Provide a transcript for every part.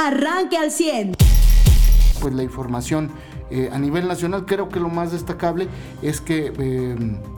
arranque al 100. Pues la información a nivel nacional, creo que lo más destacable es que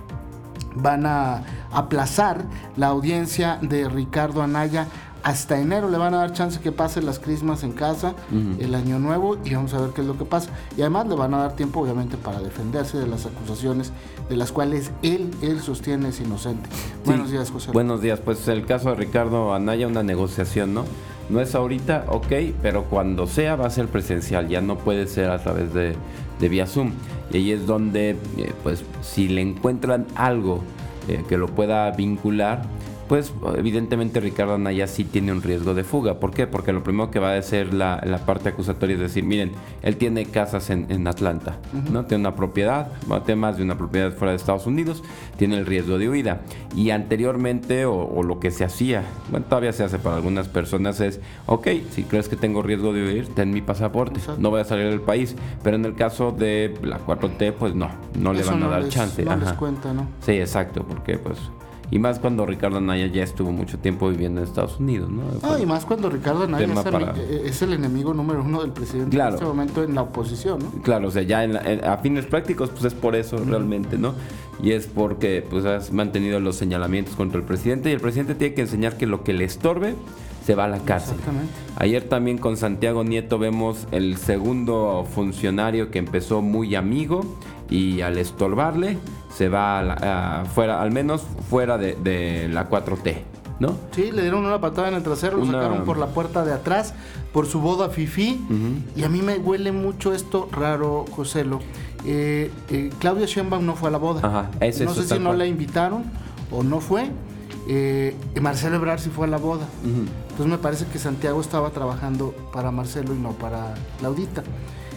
van a aplazar la audiencia de Ricardo Anaya hasta enero. Le van a dar chance que pase las crismas en casa, el año nuevo, y vamos a ver qué es lo que pasa. Y además le van a dar tiempo, obviamente, para defenderse de las acusaciones de las cuales él sostiene es inocente. Sí. Buenos días, José. Buenos días. Pues el caso de Ricardo Anaya, una negociación, ¿no? No es ahorita, ok, pero cuando sea va a ser presencial, ya no puede ser a través de vía Zoom. Y ahí es donde, pues, si le encuentran algo que lo pueda vincular, pues evidentemente Ricardo Anaya sí tiene un riesgo de fuga. ¿Por qué? Porque lo primero que va a hacer la parte acusatoria es decir, miren, él tiene casas en Atlanta, ¿no? Tiene una propiedad, tiene más de una propiedad fuera de Estados Unidos, tiene el riesgo de huida. Y anteriormente, o lo que se hacía, bueno, todavía se hace para algunas personas, es, ok, si crees que tengo riesgo de huir, ten mi pasaporte, no voy a salir del país. Pero en el caso de la 4T, pues no le van a dar chance. No les cuenta, ¿no? Sí, exacto, porque pues... Y más cuando Ricardo Anaya ya estuvo mucho tiempo viviendo en Estados Unidos, ¿no? Y más cuando Ricardo Anaya es el enemigo número uno del presidente, claro, en este momento en la oposición, ¿no? Claro, o sea, ya a fines prácticos, pues es por eso realmente, ¿no? Y es porque pues has mantenido los señalamientos contra el presidente, y el presidente tiene que enseñar que lo que le estorbe se va a la cárcel. Exactamente. Ayer también con Santiago Nieto vemos el segundo funcionario que empezó muy amigo y al estorbarle se va fuera, al menos fuera de la 4T, ¿no? Sí, le dieron una patada en el trasero, lo sacaron por la puerta de atrás, por su boda fifí, y a mí me huele mucho esto raro, Joselo. Claudia Sheinbaum no fue a la boda. Ajá, no sé si no la invitaron o no fue. Marcelo Ebrard sí fue a la boda. Entonces me parece que Santiago estaba trabajando para Marcelo y no para Claudita.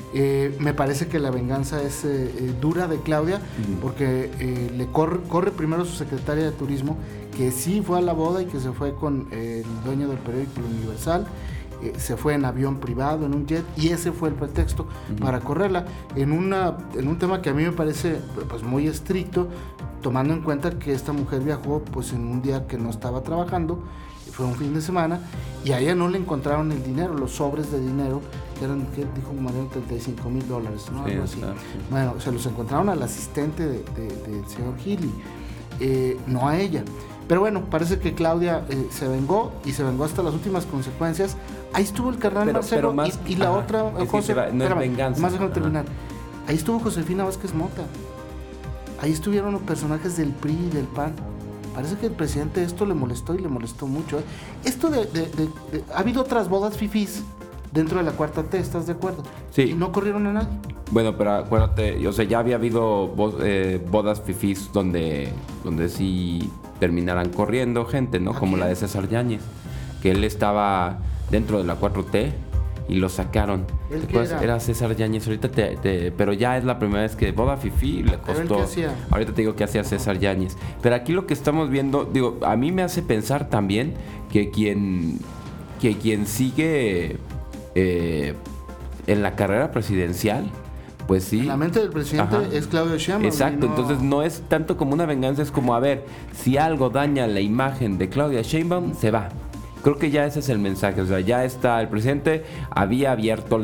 Me parece que la venganza es dura de Claudia, porque le corre primero su secretaria de turismo, que sí fue a la boda y que se fue con el dueño del periódico Universal. Se fue en avión privado, en un jet, y ese fue el pretexto para correrla en un tema que a mí me parece pues muy estricto, tomando en cuenta que esta mujer viajó pues en un día que no estaba trabajando, fue un fin de semana, y a ella no le encontraron el dinero, los sobres de dinero, que eran, ¿qué dijo Mariano? $35,000, ¿no? Sí, algo así. Bueno, se los encontraron al asistente del señor Gili, no a ella. Pero bueno, parece que Claudia se vengó, y se vengó hasta las últimas consecuencias. Ahí estuvo el carnal Marcelo, más, y la otra, José, no es venganza. Más déjame terminar. Ahí estuvo Josefina Vázquez Mota. Ahí estuvieron los personajes del PRI y del PAN. Parece que el presidente esto le molestó, y le molestó mucho. Esto ha habido otras bodas fifís dentro de la 4T, ¿estás de acuerdo? Sí. Y no corrieron a nadie. Bueno, pero acuérdate, o sea, ya había habido bodas fifís donde sí terminaran corriendo gente, ¿no? Como la de César Yáñez, que él estaba dentro de la 4T y lo sacaron. Después era César Yáñez, ahorita pero ya es la primera vez que boda fifí le costó. Ahorita te digo que hacía César Yáñez. Pero aquí lo que estamos viendo, digo, a mí me hace pensar también que quien sigue en la carrera presidencial, pues sí. La mente del presidente es Claudia Sheinbaum. Exacto, entonces no es tanto como una venganza, es como, a ver, si algo daña la imagen de Claudia Sheinbaum, se va. Creo que ya ese es el mensaje, o sea, ya está, el presidente había abierto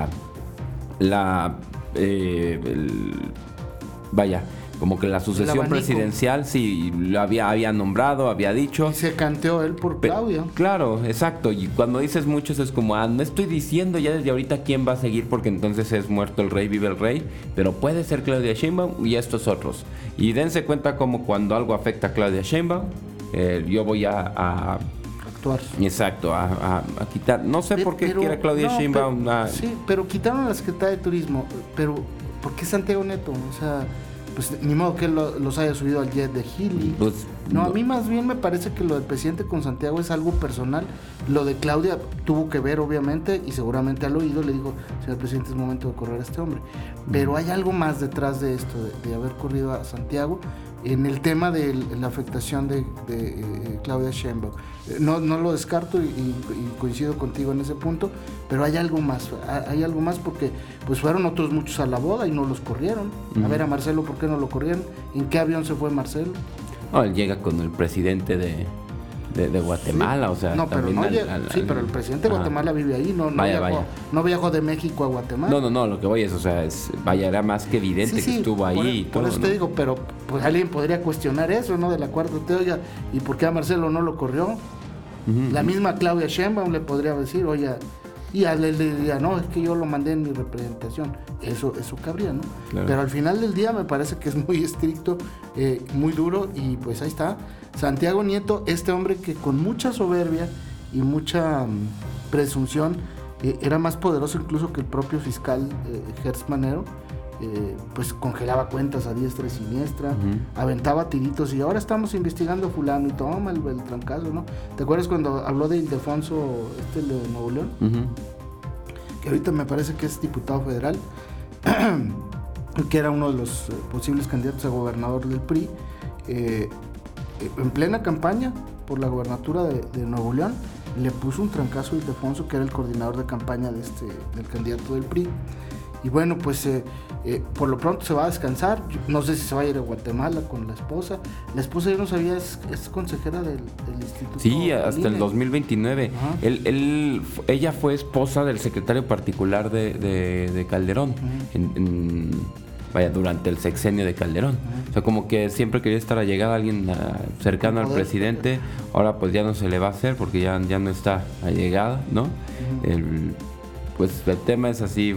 como que la sucesión presidencial, sí, lo había nombrado, había dicho. Y se canteó él por Claudia. Claro, exacto, y cuando dices muchos es como, no estoy diciendo ya desde ahorita quién va a seguir, porque entonces es muerto el rey, vive el rey, pero puede ser Claudia Sheinbaum y estos otros. Y dense cuenta como cuando algo afecta a Claudia Sheinbaum, yo voy a actuar. Exacto, a quitar. No sé por qué quiere Claudia Sheinbaum. Sí, pero quitaron a la Secretaría de Turismo. Pero, ¿por qué Santiago Nieto? O sea, pues ni modo que los haya subido al jet de Gili. Pues, no, a mí más bien me parece que lo del presidente con Santiago es algo personal. Lo de Claudia tuvo que ver, obviamente, y seguramente al oído le dijo, señor presidente, es momento de correr a este hombre. Pero hay algo más detrás de esto, de haber corrido a Santiago, en el tema de la afectación de Claudia Sheinbaum. No lo descarto y coincido contigo en ese punto, pero hay algo más porque pues fueron otros muchos a la boda y no los corrieron. A ver, a Marcelo, ¿por qué no lo corrieron? ¿En qué avión se fue Marcelo? No, él llega con el presidente de Guatemala, sí. O sea, no, pero no sí, pero el presidente de Guatemala vive ahí, no viajó de México a Guatemala. No, lo que voy es, o sea, era más que evidente que estuvo ahí y todo. Por eso te digo, pero pues alguien podría cuestionar eso, ¿no? De la cuarta T, oiga, ¿y por qué a Marcelo no lo corrió? La misma Claudia Sheinbaum le podría decir, oye, y a él le diría, no, es que yo lo mandé en mi representación. Eso cabría, ¿no? Claro. Pero al final del día me parece que es muy estricto, muy duro, y pues ahí está. Santiago Nieto, este hombre que con mucha soberbia y mucha presunción era más poderoso incluso que el propio fiscal Gertz Manero, pues congelaba cuentas a diestra y siniestra, aventaba tiritos, y ahora estamos investigando a fulano y toma el trancazo, ¿no? ¿Te acuerdas cuando habló de Ildefonso, el de Nuevo León? Que ahorita me parece que es diputado federal, que era uno de los posibles candidatos a gobernador del PRI, en plena campaña por la gobernatura de Nuevo León, le puso un trancazo a Ildefonso, que era el coordinador de campaña del candidato del PRI. Y bueno, pues por lo pronto se va a descansar. No sé si se va a ir a Guatemala con la esposa. La esposa, yo no sabía, es consejera del instituto. Sí, hasta el 2029. Ella fue esposa del secretario particular de Calderón, durante el sexenio de Calderón. O sea, como que siempre quería estar allegada a alguien cercano al presidente. Ahora pues ya no se le va a hacer porque ya no está allegada, ¿no? Pues el tema es así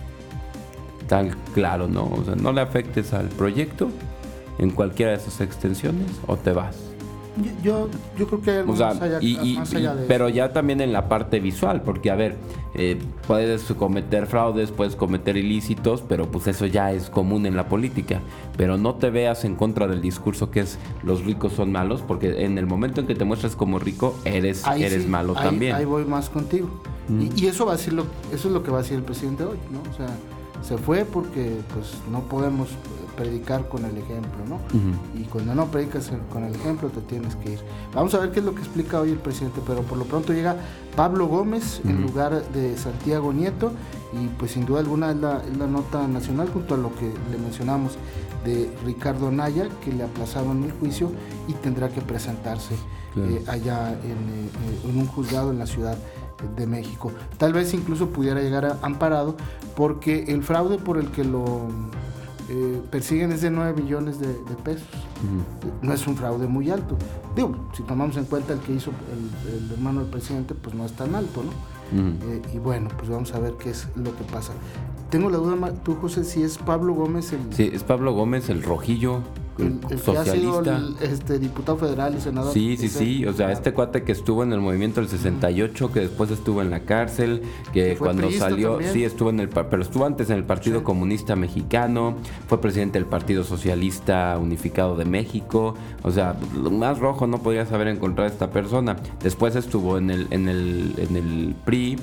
tan claro, ¿no? O sea, no le afectes al proyecto en cualquiera de sus extensiones o te vas. Yo creo que hay algo más allá de pero eso. Ya también en la parte visual, porque a ver, puedes cometer fraudes, puedes cometer ilícitos, pero pues eso ya es común en la política. Pero no te veas en contra del discurso que es los ricos son malos, porque en el momento en que te muestras como rico, eres malo también. Ahí voy más contigo. Y eso va a decir eso es lo que va a decir el presidente hoy, ¿no? O sea, se fue porque pues no podemos predicar con el ejemplo, ¿no? Y cuando no predicas con el ejemplo te tienes que ir. Vamos a ver qué es lo que explica hoy el presidente, pero por lo pronto llega Pablo Gómez en lugar de Santiago Nieto, y pues sin duda alguna es la nota nacional, junto a lo que le mencionamos de Ricardo Anaya, que le aplazaron el juicio y tendrá que presentarse allá en un juzgado en la Ciudad de México. Tal vez incluso pudiera llegar amparado, porque el fraude por el que lo persiguen es de 9 millones de pesos. No es un fraude muy alto. Digo, si tomamos en cuenta el que hizo el hermano del presidente, pues no es tan alto, ¿no? Y bueno, pues vamos a ver qué es lo que pasa. Tengo la duda, tú, José, si es Pablo Gómez Sí, es Pablo Gómez, el rojillo, el socialista. Que ha sido diputado federal y senador. Sí. O sea, este cuate que estuvo en el movimiento del 68, que después estuvo en la cárcel, que cuando salió, también. Sí, estuvo pero estuvo antes en el Partido Comunista Mexicano, fue presidente del Partido Socialista Unificado de México. O sea, más rojo no podrías haber encontrado a esta persona. Después estuvo en el PRI.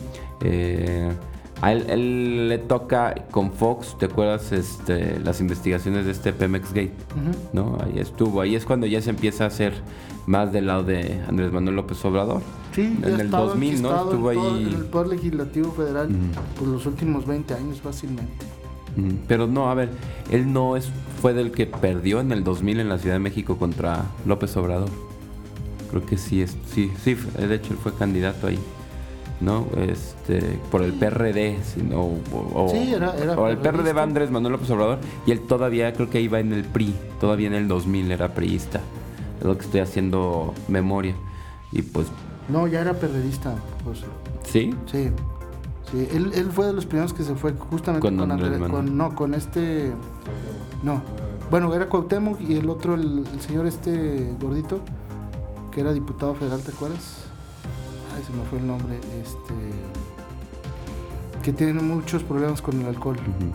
A él le toca con Fox, ¿te acuerdas? Las investigaciones de Pemex Gate, ¿no? Ahí estuvo, ahí es cuando ya se empieza a hacer más del lado de Andrés Manuel López Obrador. Sí, en el 2000, ¿no? Estuvo ahí en el Poder Legislativo Federal por los últimos 20 años fácilmente. Pero no, a ver, él fue del que perdió en el 2000 en la Ciudad de México contra López Obrador. Creo que sí, de hecho él fue candidato ahí, ¿no? Por el PRD, o el PRD va Andrés Manuel López Obrador, y él todavía creo que iba en el PRI, todavía en el 2000 era priista. Es lo que estoy haciendo memoria. Y pues no, ya era perredista, José. ¿Sí? Sí. Él fue de los primeros que se fue justamente con Andrés, bueno, era Cuauhtémoc, y el otro, el señor gordito, que era diputado federal, ¿te acuerdas? Ay, se me fue el nombre, que tiene muchos problemas con el alcohol.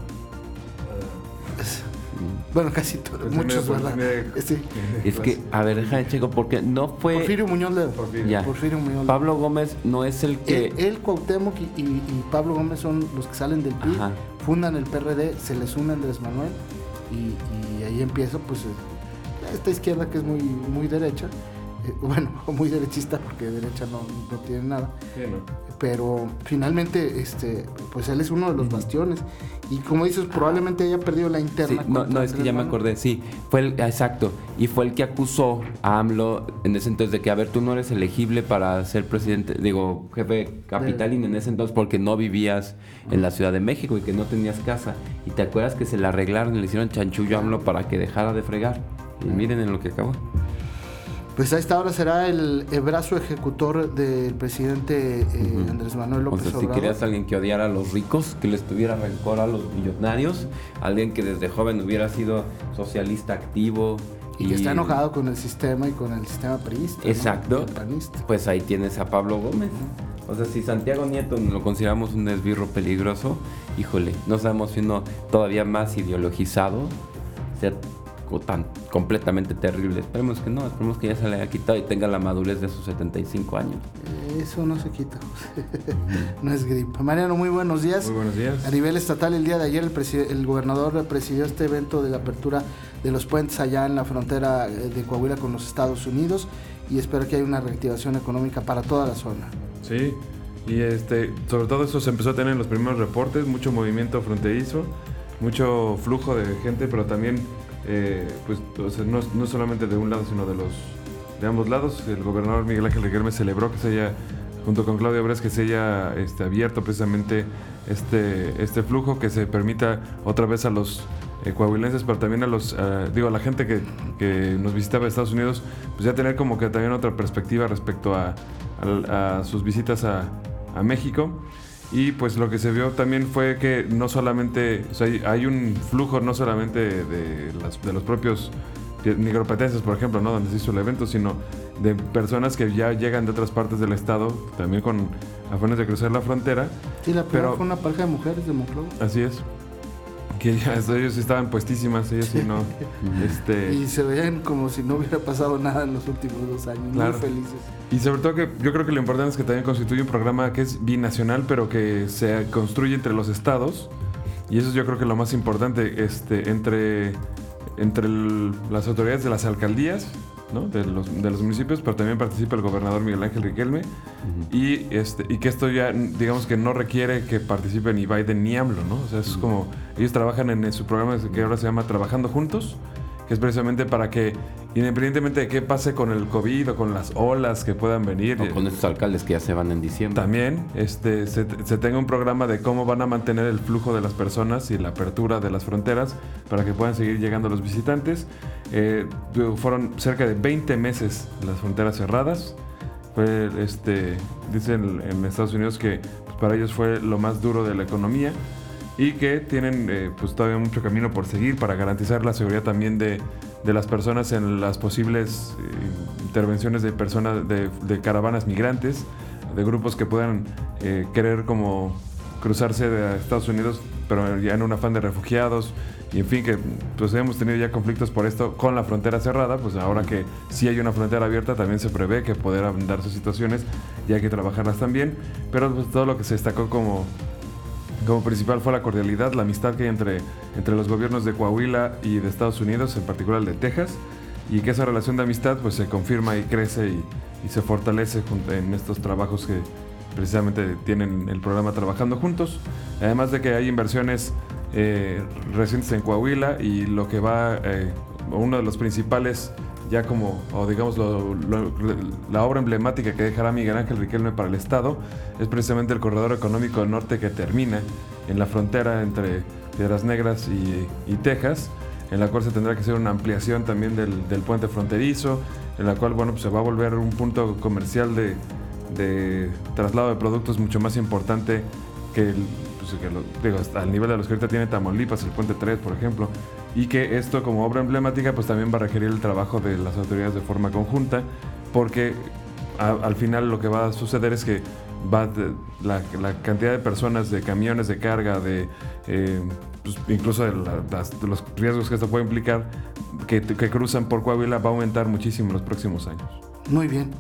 Bueno, casi todos, muchos, ¿verdad? Sí. Es que, a ver, déjame checo, porque no fue... Porfirio Muñoz Ledo. Porfirio Muñoz Ledo. Pablo Gómez no es el que... Él, Cuauhtémoc y Pablo Gómez son los que salen del PRI, fundan el PRD, se les une Andrés Manuel, y ahí empieza, pues, esta izquierda que es muy, muy derecha, bueno, muy derechista, porque de derecha no tiene nada. Sí, ¿no? Pero finalmente, pues él es uno de los bastiones. Y como dices, probablemente haya perdido la interna. Sí, no, es que ya me acordé, sí, exacto, y fue el que acusó a AMLO en ese entonces de que, a ver, tú no eres elegible para ser presidente, jefe capitalino en ese entonces porque no vivías en la Ciudad de México y que no tenías casa. Y te acuerdas que se la arreglaron y le hicieron chanchullo a AMLO para que dejara de fregar. Y miren en lo que acabó. Pues a esta hora será el brazo ejecutor del presidente Andrés Manuel López Obrador. Si querías alguien que odiara a los ricos, que les tuviera rencor a los millonarios, alguien que desde joven hubiera sido socialista activo. Y que está enojado con el sistema y con el sistema priista. Exacto. ¿No? Pues ahí tienes a Pablo Gómez. O sea, si Santiago Nieto lo consideramos un esbirro peligroso, híjole, no sabemos si uno todavía más ideologizado, sea tan completamente terrible. Esperemos que no, esperemos que ya se le haya quitado y tenga la madurez de sus 75 años. Eso no se quita, no es gripa. Mariano, muy buenos días. Muy buenos días. A nivel estatal, el día de ayer el gobernador presidió este evento de la apertura de los puentes allá en la frontera de Coahuila con los Estados Unidos, y espero que haya una reactivación económica para toda la zona. Sí, y sobre todo eso se empezó a tener en los primeros reportes, mucho movimiento fronterizo, mucho flujo de gente, pero también pues, o sea, no solamente de un lado, sino de ambos lados. El gobernador Miguel Ángel Riquelme celebró que se haya, junto con Claudia Obras, que se haya abierto precisamente este flujo, que se permita otra vez a los coahuilenses, pero también a la gente que nos visitaba de Estados Unidos, pues ya tener como que también otra perspectiva respecto a sus visitas a México. Y pues lo que se vio también fue que no solamente, o sea, hay un flujo no solamente de los propios nigropatenses, por ejemplo, ¿no?, donde se hizo el evento, sino de personas que ya llegan de otras partes del estado, también con afanes de cruzar la frontera. Sí, la primera fue una pareja de mujeres de Monclova. Así es. Que ya ellos estaban puestísimas, ellos sí no. Y se veían como si no hubiera pasado nada en los últimos 2 años, claro, muy felices. Y sobre todo que yo creo que lo importante es que también constituye un programa que es binacional, pero que se construye entre los estados. Y eso yo creo que es lo más importante, entre las autoridades de las alcaldías, ¿no?, de los municipios, pero también participa el gobernador Miguel Ángel Riquelme. Y que esto ya, digamos que no requiere que participe ni Biden ni AMLO, ¿no? O sea, es como, ellos trabajan en su programa que ahora se llama Trabajando Juntos, que es precisamente para que, independientemente de qué pase con el COVID o con las olas que puedan venir, o con estos alcaldes que ya se van en diciembre, también se tenga un programa de cómo van a mantener el flujo de las personas y la apertura de las fronteras para que puedan seguir llegando los visitantes. Fueron cerca de 20 meses las fronteras cerradas. Dicen en Estados Unidos que pues, para ellos fue lo más duro de la economía, y que tienen pues todavía mucho camino por seguir para garantizar la seguridad también de las personas en las posibles intervenciones de personas de caravanas migrantes, de grupos que puedan querer como cruzarse de Estados Unidos, pero ya en un afán de refugiados. Y en fin, que pues hemos tenido ya conflictos por esto con la frontera cerrada. Pues ahora que sí hay una frontera abierta, también se prevé que podrán darse situaciones y hay que trabajarlas también. Pero pues, todo lo que se destacó como principal fue la cordialidad, la amistad que hay entre los gobiernos de Coahuila y de Estados Unidos, en particular el de Texas, y que esa relación de amistad pues se confirma y crece y se fortalece en estos trabajos que precisamente tienen el programa Trabajando Juntos. Además de que hay inversiones recientes en Coahuila, y lo que va, uno de los principales, ya como, o digamos, la obra emblemática que dejará Miguel Ángel Riquelme para el estado, es precisamente el corredor económico norte, que termina en la frontera entre Piedras Negras y Texas, en la cual se tendrá que hacer una ampliación también del puente fronterizo, en la cual, bueno, pues se va a volver un punto comercial de traslado de productos mucho más importante que al nivel de los que ahorita tiene Tamaulipas, el Puente 3, por ejemplo, y que esto, como obra emblemática, pues también va a requerir el trabajo de las autoridades de forma conjunta, porque al final lo que va a suceder es que la cantidad de personas, de camiones de carga, pues incluso de los riesgos que esto puede implicar, que cruzan por Coahuila, va a aumentar muchísimo en los próximos años. Muy bien.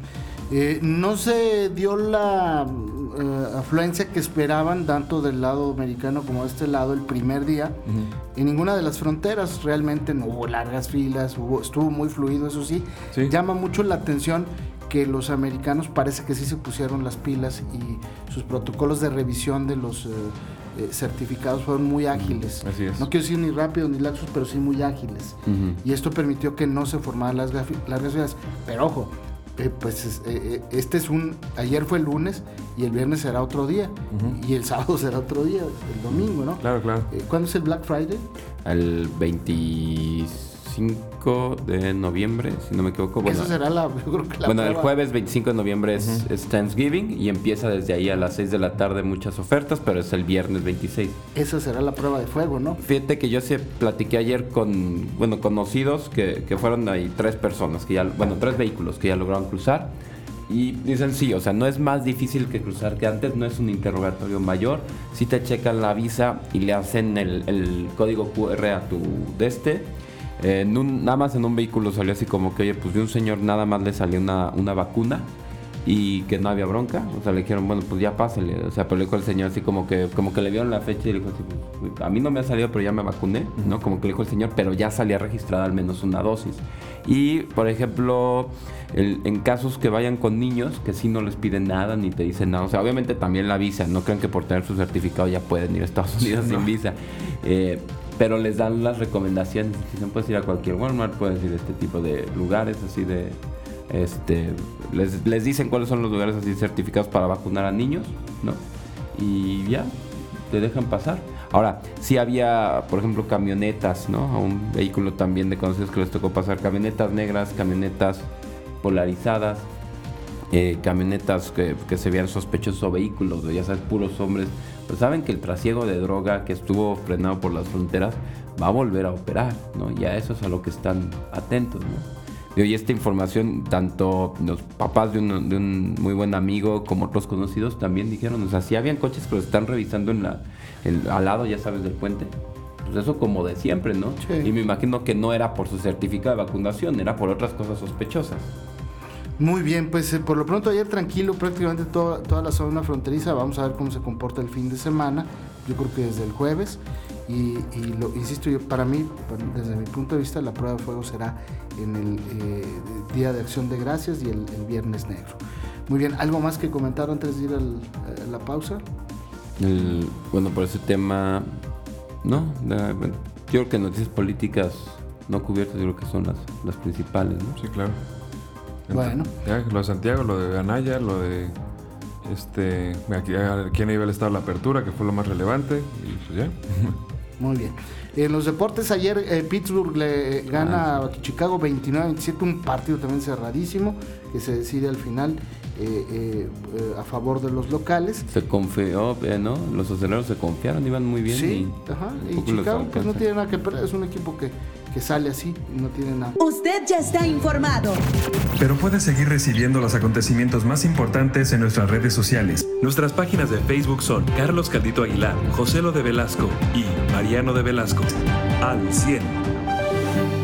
No se dio la afluencia que esperaban tanto del lado americano como de este lado el primer día. En ninguna de las fronteras realmente no hubo largas filas, estuvo muy fluido, eso sí. Llama mucho la atención que los americanos parece que sí se pusieron las pilas y sus protocolos de revisión de los certificados fueron muy ágiles. Así es. No quiero decir ni rápidos ni laxos, pero sí muy ágiles. Y esto permitió que no se formaran largas filas. Pero ojo, ayer fue el lunes y el viernes será otro día y el sábado será otro día, el domingo, ¿no? Claro. ¿Cuándo es el Black Friday? El 25 de noviembre, si no me equivoco. Bueno, eso será yo creo que la bueno, prueba. el jueves 25 de noviembre es Thanksgiving y empieza desde ahí a las 6 de la tarde muchas ofertas, pero es el viernes 26. Esa será la prueba de fuego, ¿no? Fíjate que yo sí platiqué ayer con conocidos que fueron ahí 3 personas, 3 vehículos que ya lograron cruzar. Y dicen sí, o sea, no es más difícil que cruzar que antes, no es un interrogatorio mayor. Sí te checan la visa y le hacen el código QR a tu nada más en un vehículo salió así como que, oye, pues de un señor nada más le salió una vacuna y que no había bronca. O sea, le dijeron, bueno, pues ya pásale. O sea, pero le dijo el señor así como que le vieron la fecha y le dijo así, pues, a mí no me ha salido, pero ya me vacuné, ¿no? Como que le dijo el señor, pero ya salía registrada al menos una dosis. Y, por ejemplo, en casos que vayan con niños, que sí no les piden nada ni te dicen nada. O sea, obviamente también la visa. No crean que por tener su certificado ya pueden ir a Estados Unidos sin visa. Pero les dan las recomendaciones. Dicen, puedes ir a cualquier Walmart, puedes ir a este tipo de lugares así de... les dicen cuáles son los lugares así certificados para vacunar a niños, ¿no? Y ya, te dejan pasar. Ahora, sí había, por ejemplo, camionetas, ¿no? A un vehículo también de conocidos que les tocó pasar. Camionetas negras, camionetas polarizadas, camionetas que se veían sospechosos, o vehículos, ya sabes, puros hombres. Pues saben que el trasiego de droga que estuvo frenado por las fronteras va a volver a operar, ¿no? Y a eso es a lo que están atentos, ¿no? Y esta información, tanto los papás de un muy buen amigo como otros conocidos también dijeron, o sea, sí habían coches que los están revisando al lado, ya sabes, del puente. Pues eso como de siempre, ¿no? Sí. Y me imagino que no era por su certificado de vacunación, era por otras cosas sospechosas. Muy bien, pues por lo pronto ayer tranquilo prácticamente toda la zona fronteriza. Vamos a ver cómo se comporta el fin de semana. Yo creo que desde el jueves. Y insisto, para mí, desde mi punto de vista, la prueba de fuego será en el Día de Acción de Gracias y el Viernes Negro. Muy bien, ¿algo más que comentar antes de ir a la pausa? Por ese tema, no, yo creo que noticias políticas no cubiertas, yo creo que son las principales, ¿no? Sí, claro. Bueno. Ya, lo de Santiago, lo de Anaya, lo de aquí a nivel estado la apertura, que fue lo más relevante, y pues ya. Muy bien. En los deportes, ayer Pittsburgh le gana a Chicago 29-27, un partido también cerradísimo, que se decide al final a favor de los locales. Se confió, ¿no? Los aceleros se confiaron, iban muy bien. Sí, y Chicago pues no tiene nada que perder, es un equipo que sale así y no tiene nada. Usted ya está informado. Pero puede seguir recibiendo los acontecimientos más importantes en nuestras redes sociales. Nuestras páginas de Facebook son Carlos Caldito Aguilar, José Lo de Velasco y Mariano de Velasco. Al 100.